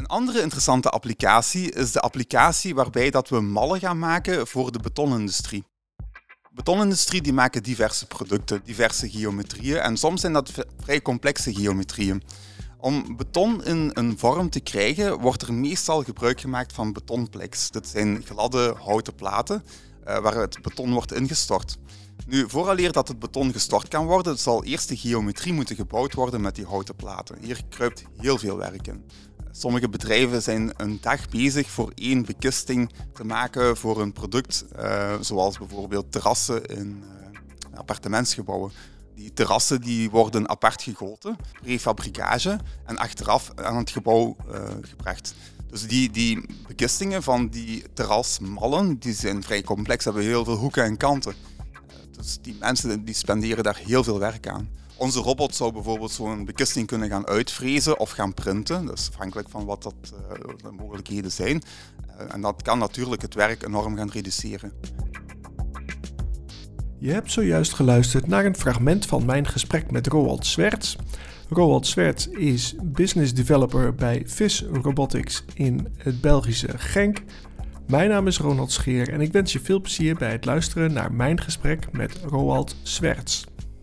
andere interessante applicatie is de applicatie waarbij dat we mallen gaan maken voor de betonindustrie. De betonindustrie die maken diverse producten, diverse geometrieën en soms zijn dat vrij complexe geometrieën. Om beton in een vorm te krijgen wordt er meestal gebruik gemaakt van betonplex. Dit zijn gladde houten platen waar het beton wordt ingestort. Nu, vooraleer dat het beton gestort kan worden, zal eerst de geometrie moeten gebouwd worden met die houten platen. Hier kruipt heel veel werk in. Sommige bedrijven zijn een dag bezig voor één bekisting te maken voor een product, zoals bijvoorbeeld terrassen in appartementsgebouwen. Die terrassen die worden apart gegoten, prefabricage, en achteraf aan het gebouw gebracht. Dus die bekistingen van die terrasmallen die zijn vrij complex, hebben heel veel hoeken en kanten. Dus die mensen die spenderen daar heel veel werk aan. Onze robot zou bijvoorbeeld zo'n bekisting kunnen gaan uitvrezen of gaan printen. Dat is afhankelijk van wat de mogelijkheden zijn. En dat kan natuurlijk het werk enorm gaan reduceren. Je hebt zojuist geluisterd naar een fragment van mijn gesprek met Roald Swerts. Roald Swerts is business developer bij VIS Robotics in het Belgische Genk. Mijn naam is Ronald Scheer en ik wens je veel plezier bij het luisteren naar mijn gesprek met Roald Swerts.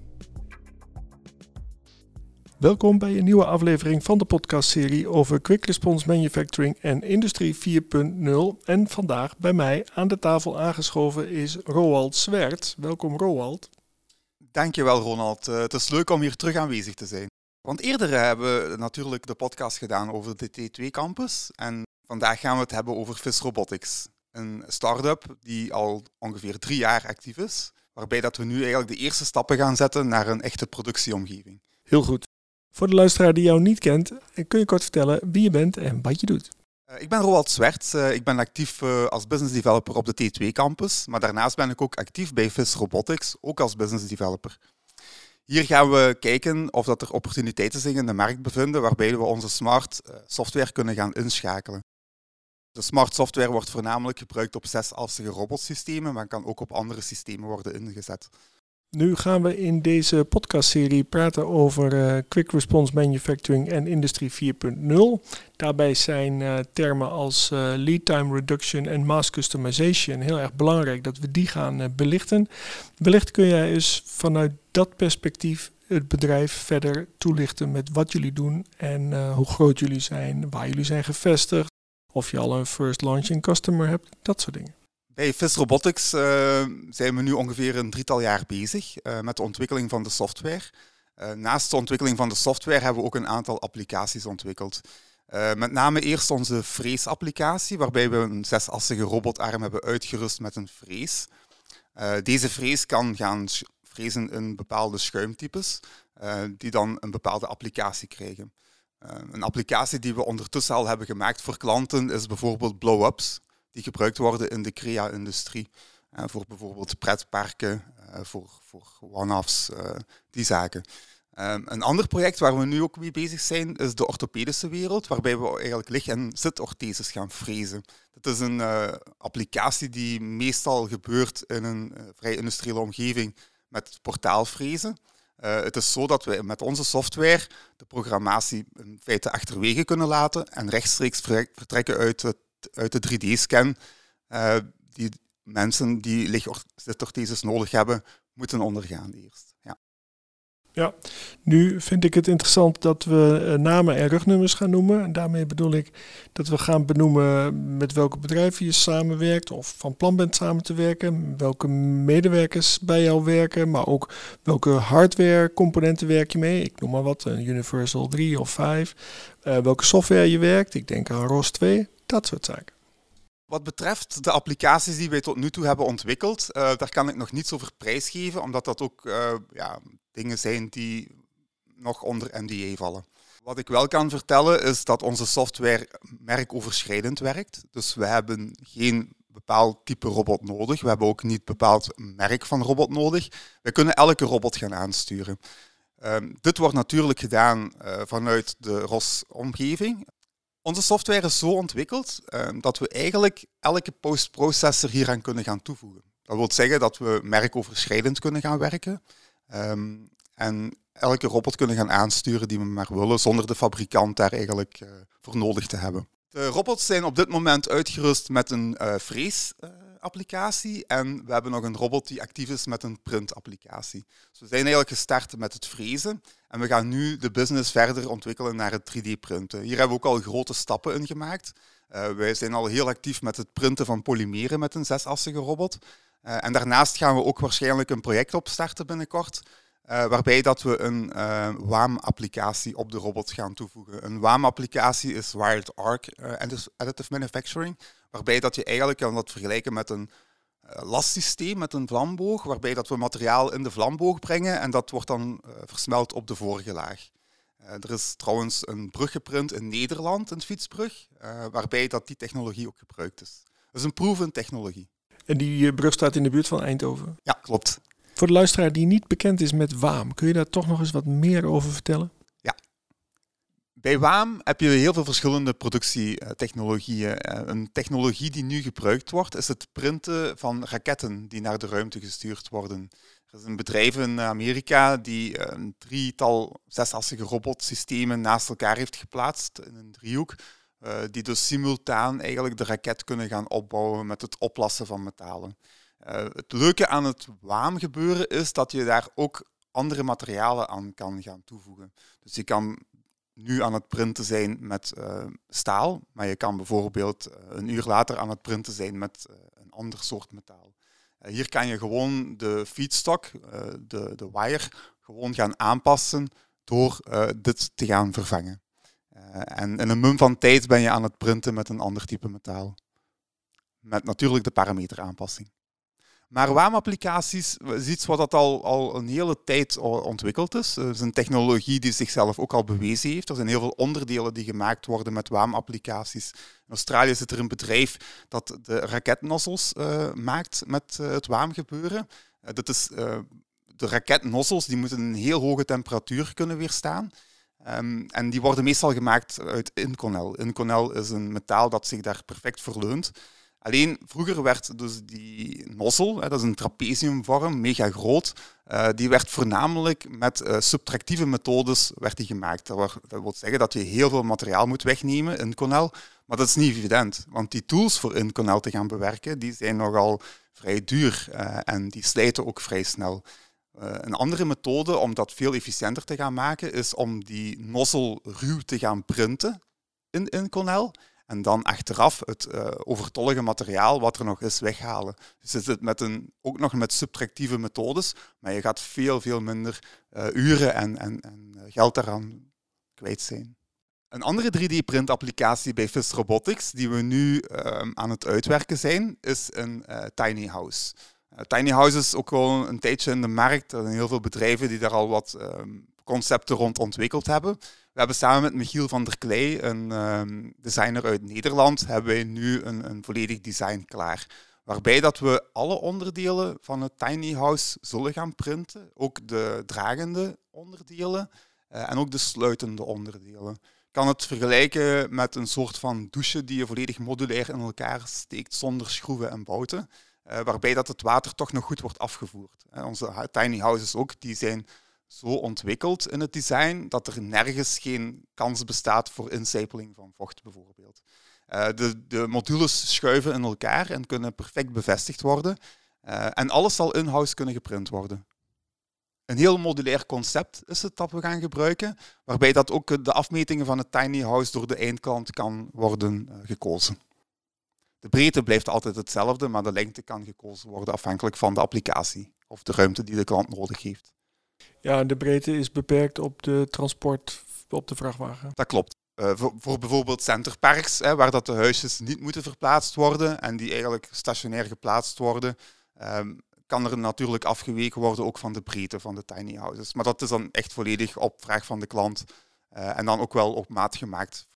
Welkom bij een nieuwe aflevering van de podcastserie over Quick Response Manufacturing en Industrie 4.0. En vandaag bij mij aan de tafel aangeschoven is Roald Swerts. Welkom Roald. Dankjewel Ronald. Het is leuk om hier terug aanwezig te zijn. Want eerder hebben we natuurlijk de podcast gedaan over de T2 Campus. En vandaag gaan we het hebben over VIS Robotics. Een start-up die al ongeveer 3 jaar actief is. Waarbij dat we nu eigenlijk de eerste stappen gaan zetten naar een echte productieomgeving. Heel goed. Voor de luisteraar die jou niet kent, kun je kort vertellen wie je bent en wat je doet. Ik ben Roald Swerts. Ik ben actief als business developer op de T2 Campus. Maar daarnaast ben ik ook actief bij VIS Robotics, ook als business developer. Hier gaan we kijken of dat er opportuniteiten zich in de markt bevinden waarbij we onze smart software kunnen gaan inschakelen. De smart software wordt voornamelijk gebruikt op 6-assige robotsystemen, maar kan ook op andere systemen worden ingezet. Nu gaan we in deze podcastserie praten over Quick Response Manufacturing en Industrie 4.0. Daarbij zijn termen als lead time reduction en mass customization heel erg belangrijk dat we die gaan belichten. Wellicht kun jij eens vanuit dat perspectief het bedrijf verder toelichten met wat jullie doen en hoe groot jullie zijn, waar jullie zijn gevestigd, of je al een first launching customer hebt, dat soort dingen. Bij VIS Robotics zijn we nu ongeveer een 3-tal jaar bezig met de ontwikkeling van de software. Naast de ontwikkeling van de software hebben we ook een aantal applicaties ontwikkeld. Met name eerst onze freesapplicatie, waarbij we een 6-assige robotarm hebben uitgerust met een frees. Deze frees kan gaan frezen in bepaalde schuimtypes, die dan een bepaalde applicatie krijgen. Een applicatie die we ondertussen al hebben gemaakt voor klanten is bijvoorbeeld blow-ups, die gebruikt worden in de crea-industrie. Voor bijvoorbeeld pretparken, voor one-offs, die zaken. Een ander project waar we nu ook mee bezig zijn, is de orthopedische wereld, waarbij we eigenlijk lig- en zitortheses gaan frezen. Dat is een applicatie die meestal gebeurt in een vrij industriële omgeving met portaalfrezen. Het is zo dat we met onze software de programmatie in feite achterwege kunnen laten en rechtstreeks vertrekken uit de 3D-scan die mensen die lichtortheses nodig hebben, moeten ondergaan eerst. Ja, nu vind ik het interessant dat we namen en rugnummers gaan noemen. En daarmee bedoel ik dat we gaan benoemen met welke bedrijven je samenwerkt of van plan bent samen te werken. Welke medewerkers bij jou werken, maar ook welke hardware componenten werk je mee. Ik noem maar wat, een Universal 3 of 5. Welke software je werkt, ik denk aan ROS 2, dat soort zaken. Wat betreft de applicaties die wij tot nu toe hebben ontwikkeld, daar kan ik nog niets over prijsgeven, omdat dat ook dingen zijn die nog onder NDA vallen. Wat ik wel kan vertellen is dat onze software merkoverschrijdend werkt. Dus we hebben geen bepaald type robot nodig. We hebben ook niet bepaald merk van robot nodig. We kunnen elke robot gaan aansturen. Dit wordt natuurlijk gedaan vanuit de ROS-omgeving. Onze software is zo ontwikkeld dat we eigenlijk elke postprocessor hieraan kunnen gaan toevoegen. Dat wil zeggen dat we merkoverschrijdend kunnen gaan werken en elke robot kunnen gaan aansturen die we maar willen, zonder de fabrikant daar eigenlijk voor nodig te hebben. De robots zijn op dit moment uitgerust met een freesapplicatie en we hebben nog een robot die actief is met een printapplicatie. Dus we zijn eigenlijk gestart met het frezen en we gaan nu de business verder ontwikkelen naar het 3D-printen. Hier hebben we ook al grote stappen in gemaakt. Wij zijn al heel actief met het printen van polymeren met een 6-assige robot. En daarnaast gaan we ook waarschijnlijk een project opstarten binnenkort, waarbij dat we een WAM-applicatie op de robot gaan toevoegen. Een WAM-applicatie is Wired Arc Additive Manufacturing, waarbij dat je eigenlijk kan dat vergelijken met een lassysteem met een vlamboog, waarbij dat we materiaal in de vlamboog brengen en dat wordt dan versmelt op de vorige laag. Er is trouwens een brug geprint in Nederland, een fietsbrug, waarbij dat die technologie ook gebruikt is. Dat is een proven technologie. En die brug staat in de buurt van Eindhoven? Ja, klopt. Voor de luisteraar die niet bekend is met WAM, kun je daar toch nog eens wat meer over vertellen? Ja. Bij WAM heb je heel veel verschillende productietechnologieën. Een technologie die nu gebruikt wordt, is het printen van raketten die naar de ruimte gestuurd worden. Er is een bedrijf in Amerika die een drietal 6-assige robotsystemen naast elkaar heeft geplaatst in een driehoek, die dus simultaan eigenlijk de raket kunnen gaan opbouwen met het oplassen van metalen. Het leuke aan het WAM-gebeuren is dat je daar ook andere materialen aan kan gaan toevoegen. Dus je kan nu aan het printen zijn met staal, maar je kan bijvoorbeeld een uur later aan het printen zijn met een ander soort metaal. Hier kan je gewoon de feedstock, de wire, gewoon gaan aanpassen door dit te gaan vervangen. En in een mum van tijd ben je aan het printen met een ander type metaal. Met natuurlijk de parameteraanpassing. Maar WAM-applicaties is iets wat al een hele tijd ontwikkeld is. Het is een technologie die zichzelf ook al bewezen heeft. Er zijn heel veel onderdelen die gemaakt worden met WAM-applicaties. In Australië zit er een bedrijf dat de raketnozzels maakt met het WAM-gebeuren. Dat is de raketnozzels die moeten een heel hoge temperatuur kunnen weerstaan. En die worden meestal gemaakt uit Inconel. Inconel is een metaal dat zich daar perfect verleunt. Alleen vroeger werd dus die nozzel, dat is een trapeziumvorm, mega groot, die werd voornamelijk met subtractieve methodes werd die gemaakt. Dat wil zeggen dat je heel veel materiaal moet wegnemen, Inconel, maar dat is niet evident. Want die tools voor Inconel te gaan bewerken, die zijn nogal vrij duur en die slijten ook vrij snel. Een andere methode om dat veel efficiënter te gaan maken, is om die nozzel ruw te gaan printen in Inconel. En dan achteraf het overtollige materiaal wat er nog is weghalen. Dus je zit ook nog met subtractieve methodes, maar je gaat veel minder uren en geld daaraan kwijt zijn. Een andere 3D-printapplicatie bij FIS Robotics, die we nu aan het uitwerken zijn, is een tiny house. Tiny house is ook al een tijdje in de markt. Er zijn heel veel bedrijven die daar al wat concepten rond ontwikkeld hebben. We hebben samen met Michiel van der Klei, een designer uit Nederland, hebben wij nu een volledig design klaar. Waarbij dat we alle onderdelen van het tiny house zullen gaan printen. Ook de dragende onderdelen en ook de sluitende onderdelen. Je kan het vergelijken met een soort van douche die je volledig modulair in elkaar steekt zonder schroeven en bouten. Waarbij dat het water toch nog goed wordt afgevoerd. Onze tiny houses ook, die zijn zo ontwikkeld in het design dat er nergens geen kans bestaat voor incijpeling van vocht bijvoorbeeld. De modules schuiven in elkaar en kunnen perfect bevestigd worden. En alles zal in-house kunnen geprint worden. Een heel modulair concept is het dat we gaan gebruiken, waarbij dat ook de afmetingen van het tiny house door de eindklant kan worden gekozen. De breedte blijft altijd hetzelfde, maar de lengte kan gekozen worden afhankelijk van de applicatie of de ruimte die de klant nodig heeft. Ja, de breedte is beperkt op de transport op de vrachtwagen. Dat klopt. Voor bijvoorbeeld centerparks, waar dat de huisjes niet moeten verplaatst worden en die eigenlijk stationair geplaatst worden, kan er natuurlijk afgeweken worden ook van de breedte van de tiny houses. Maar dat is dan echt volledig op vraag van de klant en dan ook wel op maat gemaakt.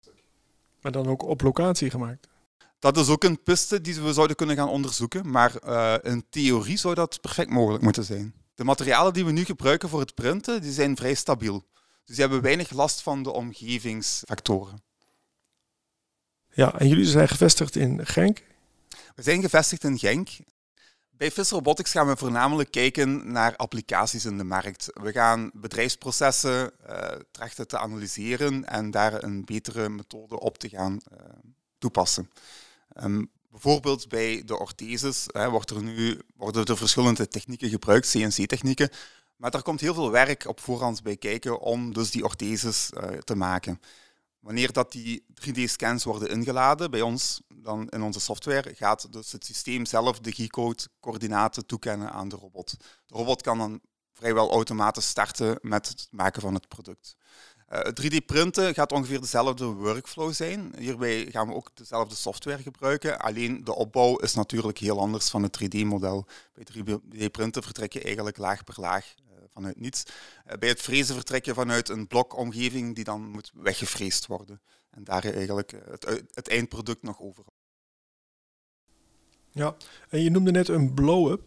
Maar dan ook op locatie gemaakt? Dat is ook een piste die we zouden kunnen gaan onderzoeken, maar in theorie zou dat perfect mogelijk moeten zijn. De materialen die we nu gebruiken voor het printen, die zijn vrij stabiel. Dus die hebben weinig last van de omgevingsfactoren. Ja, en jullie zijn gevestigd in Genk? We zijn gevestigd in Genk. Bij FIS Robotics gaan we voornamelijk kijken naar applicaties in de markt. We gaan bedrijfsprocessen trachten te analyseren en daar een betere methode op te gaan toepassen. Bijvoorbeeld bij de ortheses worden er verschillende technieken gebruikt, CNC-technieken, maar daar komt heel veel werk op voorhand bij kijken om dus die ortheses te maken. Wanneer dat die 3D-scans worden ingeladen bij ons, dan in onze software, gaat dus het systeem zelf de G-code-coördinaten toekennen aan de robot. De robot kan dan vrijwel automatisch starten met het maken van het product. Het 3D-printen gaat ongeveer dezelfde workflow zijn. Hierbij gaan we ook dezelfde software gebruiken, alleen de opbouw is natuurlijk heel anders van het 3D-model. Bij 3D-printen vertrek je eigenlijk laag per laag vanuit niets. Bij het frezen vertrek je vanuit een blokomgeving die dan moet weggefreesd worden. En daar eigenlijk het eindproduct nog over. Ja, en je noemde net een blow-up.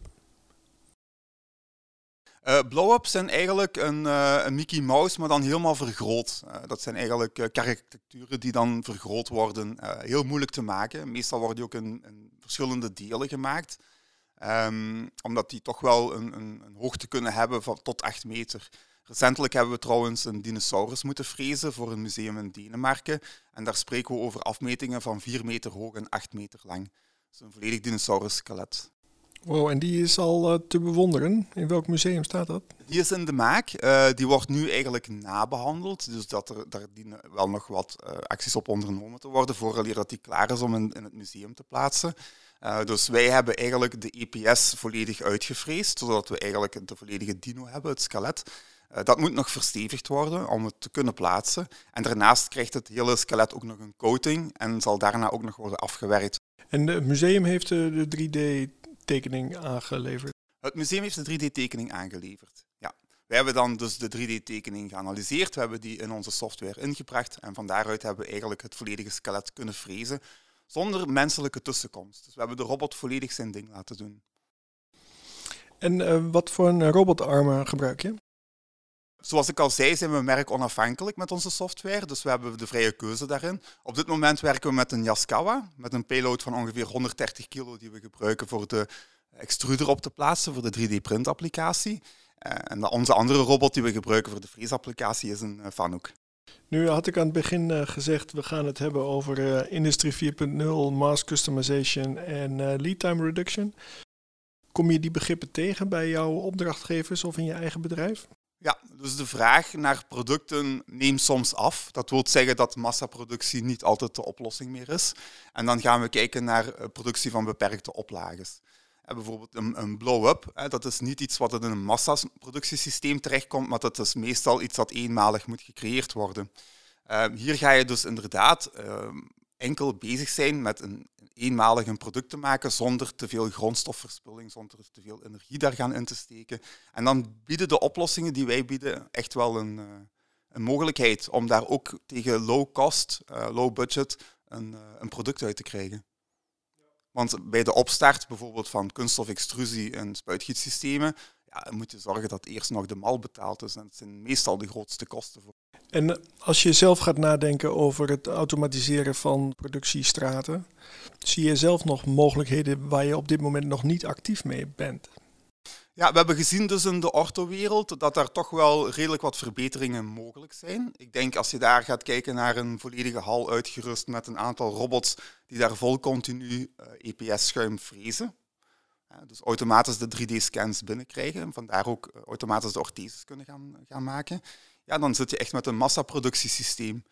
Blow-ups zijn eigenlijk een Mickey Mouse, maar dan helemaal vergroot. Dat zijn eigenlijk karikaturen die dan vergroot worden. Heel moeilijk te maken. Meestal worden die ook in verschillende delen gemaakt. Omdat die toch wel een hoogte kunnen hebben van tot 8 meter. Recentelijk hebben we trouwens een dinosaurus moeten frezen voor een museum in Denemarken. En daar spreken we over afmetingen van 4 meter hoog en 8 meter lang. Dat is een volledig dinosaurus-skelet. Wow, en die is al te bewonderen. In welk museum staat dat? Die is in de maak. Die wordt nu eigenlijk nabehandeld. Dus daar dienen wel nog wat acties op ondernomen te worden vooraleer dat die klaar is om in het museum te plaatsen. Dus wij hebben eigenlijk de EPS volledig uitgefreesd, zodat we eigenlijk de volledige dino hebben, het skelet. Dat moet nog verstevigd worden om het te kunnen plaatsen. En daarnaast krijgt het hele skelet ook nog een coating en zal daarna ook nog worden afgewerkt. En het museum heeft de 3D-tekening aangeleverd? Het museum heeft de 3D-tekening aangeleverd, ja. Wij hebben dan dus de 3D-tekening geanalyseerd, we hebben die in onze software ingebracht en van daaruit hebben we eigenlijk het volledige skelet kunnen frezen zonder menselijke tussenkomst. Dus we hebben de robot volledig zijn ding laten doen. En wat voor een robotarmen gebruik je? Zoals ik al zei, zijn we merkonafhankelijk met onze software, dus we hebben de vrije keuze daarin. Op dit moment werken we met een Yaskawa, met een payload van ongeveer 130 kilo die we gebruiken voor de extruder op te plaatsen, voor de 3D-print-applicatie. En onze andere robot die we gebruiken voor de freesapplicatie is een Fanuc. Nu had ik aan het begin gezegd, we gaan het hebben over Industry 4.0, mass customization en lead time reduction. Kom je die begrippen tegen bij jouw opdrachtgevers of in je eigen bedrijf? Ja, dus de vraag naar producten neemt soms af. Dat wil zeggen dat massaproductie niet altijd de oplossing meer is. En dan gaan we kijken naar productie van beperkte oplages. Bijvoorbeeld een blow-up, dat is niet iets wat in een massaproductiesysteem terechtkomt, maar dat is meestal iets dat eenmalig moet gecreëerd worden. Hier ga je dus inderdaad enkel bezig zijn met een eenmalig product te maken zonder te veel grondstofverspilling, zonder te veel energie daar gaan in te steken. En dan bieden de oplossingen die wij bieden echt wel een mogelijkheid om daar ook tegen low cost, low budget een product uit te krijgen. Want bij de opstart bijvoorbeeld van kunststofextrusie en spuitgietsystemen, moet je zorgen dat eerst nog de mal betaald is. En dat zijn meestal de grootste kosten. En als je zelf gaat nadenken over het automatiseren van productiestraten, zie je zelf nog mogelijkheden waar je op dit moment nog niet actief mee bent? Ja, we hebben gezien dus in de orthowereld dat daar toch wel redelijk wat verbeteringen mogelijk zijn. Ik denk als je daar gaat kijken naar een volledige hal uitgerust met een aantal robots die daar vol continu EPS-schuim frezen. Dus automatisch de 3D-scans binnenkrijgen en vandaar ook automatisch de ortheses kunnen gaan maken. Ja, dan zit je echt met een massaproductiesysteem.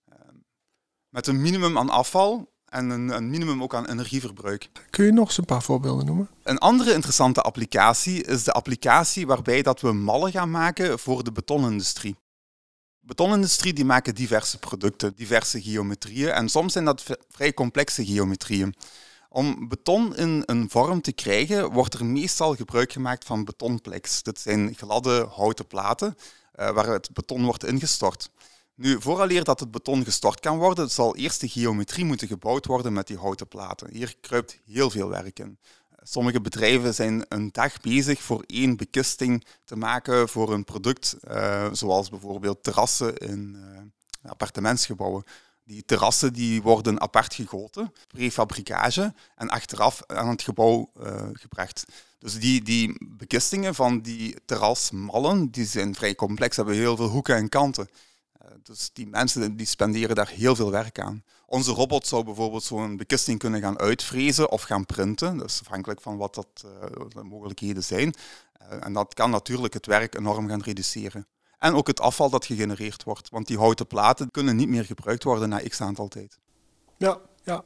Met een minimum aan afval en een minimum ook aan energieverbruik. Kun je nog eens een paar voorbeelden noemen? Een andere interessante applicatie is de applicatie waarbij dat we mallen gaan maken voor de betonindustrie. De betonindustrie die maken diverse producten, diverse geometrieën en soms zijn dat vrij complexe geometrieën. Om beton in een vorm te krijgen, wordt er meestal gebruik gemaakt van betonplex. Dit zijn gladde houten platen waar het beton wordt ingestort. Nu, vooraleer dat het beton gestort kan worden, zal eerst de geometrie moeten gebouwd worden met die houten platen. Hier kruipt heel veel werk in. Sommige bedrijven zijn een dag bezig voor 1 bekisting te maken voor een product, zoals bijvoorbeeld terrassen in appartementsgebouwen. Die terrassen die worden apart gegoten, prefabricage, en achteraf aan het gebouw gebracht. Dus die bekistingen van die terrasmallen die zijn vrij complex, hebben heel veel hoeken en kanten. Dus die mensen die spenderen daar heel veel werk aan. Onze robot zou bijvoorbeeld zo'n bekisting kunnen gaan uitvrezen of gaan printen. Dat is afhankelijk van wat de mogelijkheden zijn. En dat kan natuurlijk het werk enorm gaan reduceren. En ook het afval dat gegenereerd wordt. Want die houten platen kunnen niet meer gebruikt worden na x aantal tijd. Ja.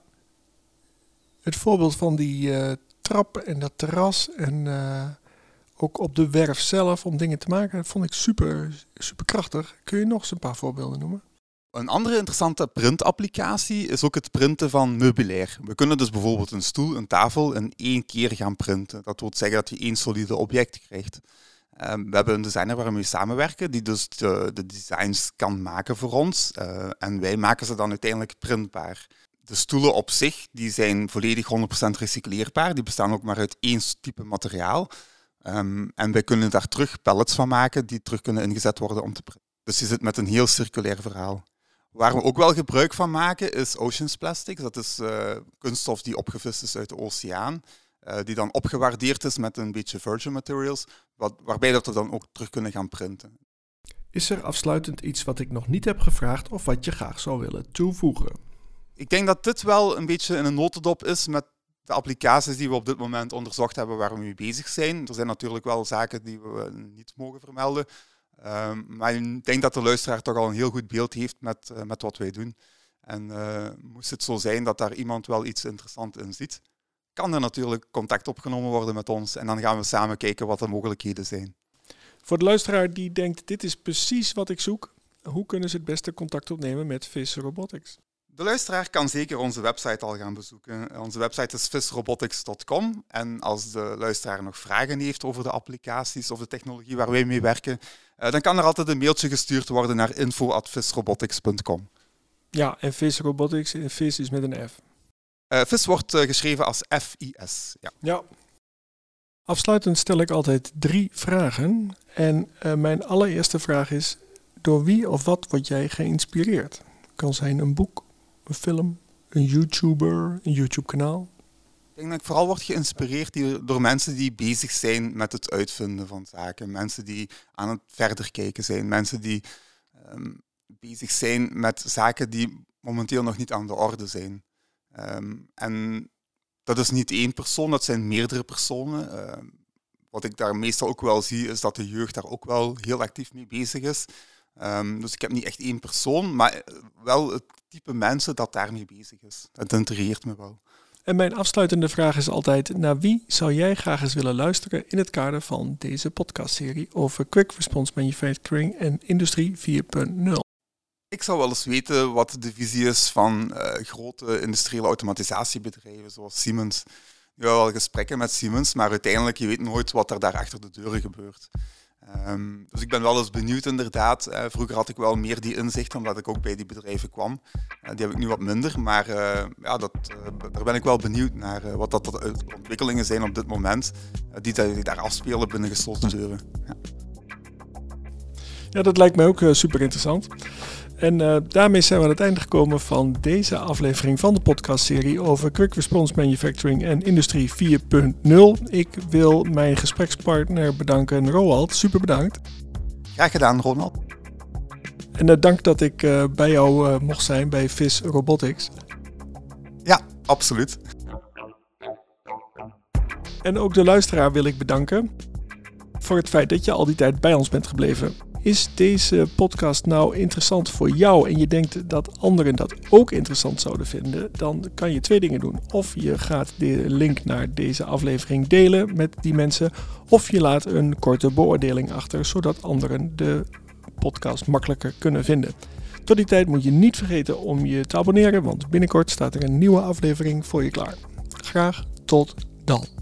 Het voorbeeld van die trap en dat terras en ook op de werf zelf om dingen te maken, dat vond ik super krachtig. Kun je nog eens een paar voorbeelden noemen? Een andere interessante printapplicatie is ook het printen van meubilair. We kunnen dus bijvoorbeeld een stoel, een tafel in 1 keer gaan printen. Dat wil zeggen dat je 1 solide object krijgt. We hebben een designer waarmee we samenwerken, die dus de designs kan maken voor ons. En wij maken ze dan uiteindelijk printbaar. De stoelen op zich die zijn volledig 100% recycleerbaar. Die bestaan ook maar uit 1 type materiaal. En wij kunnen daar terug pallets van maken die terug kunnen ingezet worden om te printen. Dus je zit met een heel circulair verhaal. Waar we ook wel gebruik van maken is Oceans Plastics. Dat is kunststof die opgevist is uit de oceaan. Die dan opgewaardeerd is met een beetje virgin materials. Waarbij dat we dan ook terug kunnen gaan printen. Is er afsluitend iets wat ik nog niet heb gevraagd of wat je graag zou willen toevoegen? Ik denk dat dit wel een beetje in een notendop is met de applicaties die we op dit moment onderzocht hebben waar we mee bezig zijn. Er zijn natuurlijk wel zaken die we niet mogen vermelden. Maar ik denk dat de luisteraar toch al een heel goed beeld heeft met wat wij doen. En moest het zo zijn dat daar iemand wel iets interessants in ziet, kan er natuurlijk contact opgenomen worden met ons. En dan gaan we samen kijken wat de mogelijkheden zijn. Voor de luisteraar die denkt, dit is precies wat ik zoek, hoe kunnen ze het beste contact opnemen met FIS Robotics? De luisteraar kan zeker onze website al gaan bezoeken. Onze website is fisrobotics.com. En als de luisteraar nog vragen heeft over de applicaties of de technologie waar wij mee werken, dan kan er altijd een mailtje gestuurd worden naar info@fisrobotics.com. Ja, en FIS Robotics, FIS is met een F. FIS wordt geschreven als FIS. Ja. Afsluitend stel ik altijd 3 vragen. En mijn allereerste vraag is, door wie of wat word jij geïnspireerd? Het kan zijn een boek, een film, een YouTuber, een YouTube-kanaal. Ik denk dat ik vooral word geïnspireerd door mensen die bezig zijn met het uitvinden van zaken. Mensen die aan het verder kijken zijn. Mensen die bezig zijn met zaken die momenteel nog niet aan de orde zijn. En dat is niet 1 persoon, dat zijn meerdere personen. Wat ik daar meestal ook wel zie, is dat de jeugd daar ook wel heel actief mee bezig is. Dus ik heb niet echt 1 persoon, maar wel het type mensen dat daarmee bezig is. Dat intrigeert me wel. En mijn afsluitende vraag is altijd, naar wie zou jij graag eens willen luisteren in het kader van deze podcastserie over Quick Response Manufacturing en Industrie 4.0? Ik zou wel eens weten wat de visie is van grote industriële automatisatiebedrijven zoals Siemens. We hebben wel gesprekken met Siemens, maar uiteindelijk je weet nooit wat er daar achter de deuren gebeurt. Dus ik ben wel eens benieuwd inderdaad. Vroeger had ik wel meer die inzicht omdat ik ook bij die bedrijven kwam. Die heb ik nu wat minder, maar daar ben ik wel benieuwd naar wat dat de ontwikkelingen zijn op dit moment die daar afspelen binnen gesloten deuren. Ja, dat lijkt mij ook super interessant. En daarmee zijn we aan het einde gekomen van deze aflevering van de podcastserie over Quick Response Manufacturing en Industrie 4.0. Ik wil mijn gesprekspartner bedanken, Roald. Super bedankt. Graag gedaan, Ronald. En dank dat ik bij jou mocht zijn bij FIS Robotics. Ja, absoluut. En ook de luisteraar wil ik bedanken voor het feit dat je al die tijd bij ons bent gebleven. Is deze podcast nou interessant voor jou en je denkt dat anderen dat ook interessant zouden vinden, dan kan je 2 dingen doen. Of je gaat de link naar deze aflevering delen met die mensen, of je laat een korte beoordeling achter, zodat anderen de podcast makkelijker kunnen vinden. Tot die tijd moet je niet vergeten om je te abonneren, want binnenkort staat er een nieuwe aflevering voor je klaar. Graag tot dan.